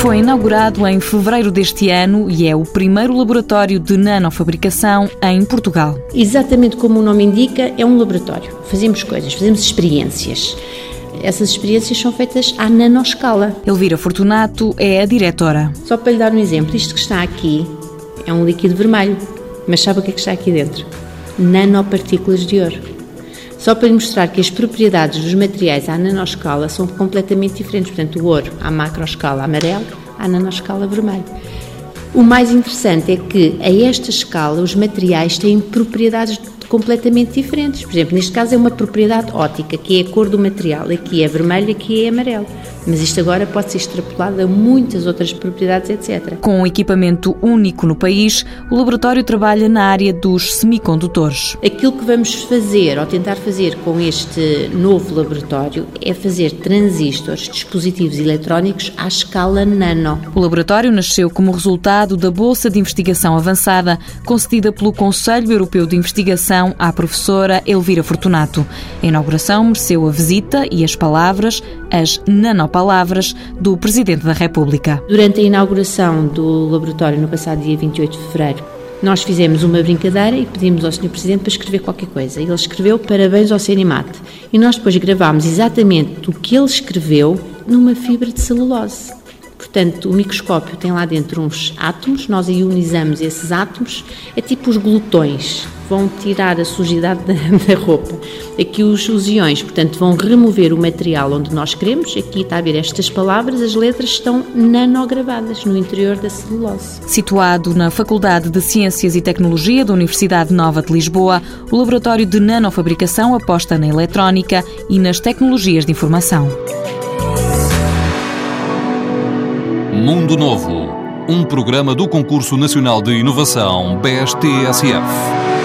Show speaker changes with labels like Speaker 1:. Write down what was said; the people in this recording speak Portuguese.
Speaker 1: Foi inaugurado em fevereiro deste ano e é o primeiro laboratório de nanofabricação em Portugal.
Speaker 2: Exatamente como o nome indica, é um laboratório. Fazemos coisas, fazemos experiências. Essas experiências são feitas à nanoscala.
Speaker 1: Elvira Fortunato é a diretora.
Speaker 2: Só para lhe dar um exemplo, isto que está aqui é um líquido vermelho, mas sabe o que é que está aqui dentro? Nanopartículas de ouro. Só para lhe mostrar que as propriedades dos materiais à nanoscala são completamente diferentes. Portanto, o ouro à macroescala amarelo, à nanoscala vermelho. O mais interessante é que, a esta escala, os materiais têm propriedades completamente diferentes. Por exemplo, neste caso é uma propriedade óptica, que é a cor do material. Aqui é vermelho, aqui é amarelo. Mas isto agora pode ser extrapolado a muitas outras propriedades, etc.
Speaker 1: Com um equipamento único no país, o laboratório trabalha na área dos semicondutores.
Speaker 2: Aquilo que vamos fazer, ou tentar fazer com este novo laboratório, é fazer transistores, dispositivos eletrónicos à escala nano.
Speaker 1: O laboratório nasceu como resultado da Bolsa de Investigação Avançada, concedida pelo Conselho Europeu de Investigação à professora Elvira Fortunato. A inauguração mereceu a visita e as palavras, as nanopalavras, do Presidente da República.
Speaker 2: Durante a inauguração do laboratório, no passado dia 28 de fevereiro, nós fizemos uma brincadeira e pedimos ao Sr. Presidente para escrever qualquer coisa. Ele escreveu parabéns ao CENIMAT. E nós depois gravámos exatamente o que ele escreveu numa fibra de celulose. Portanto, o microscópio tem lá dentro uns átomos, nós ionizamos esses átomos, é tipo os glutões, vão tirar a sujidade da roupa. Aqui os íons, portanto, vão remover o material onde nós queremos. Aqui está a ver estas palavras, as letras estão nanogravadas no interior da celulose.
Speaker 1: Situado na Faculdade de Ciências e Tecnologia da Universidade Nova de Lisboa, o Laboratório de Nanofabricação aposta na eletrónica e nas tecnologias de informação.
Speaker 3: Mundo Novo, um programa do Concurso Nacional de Inovação BSTSF.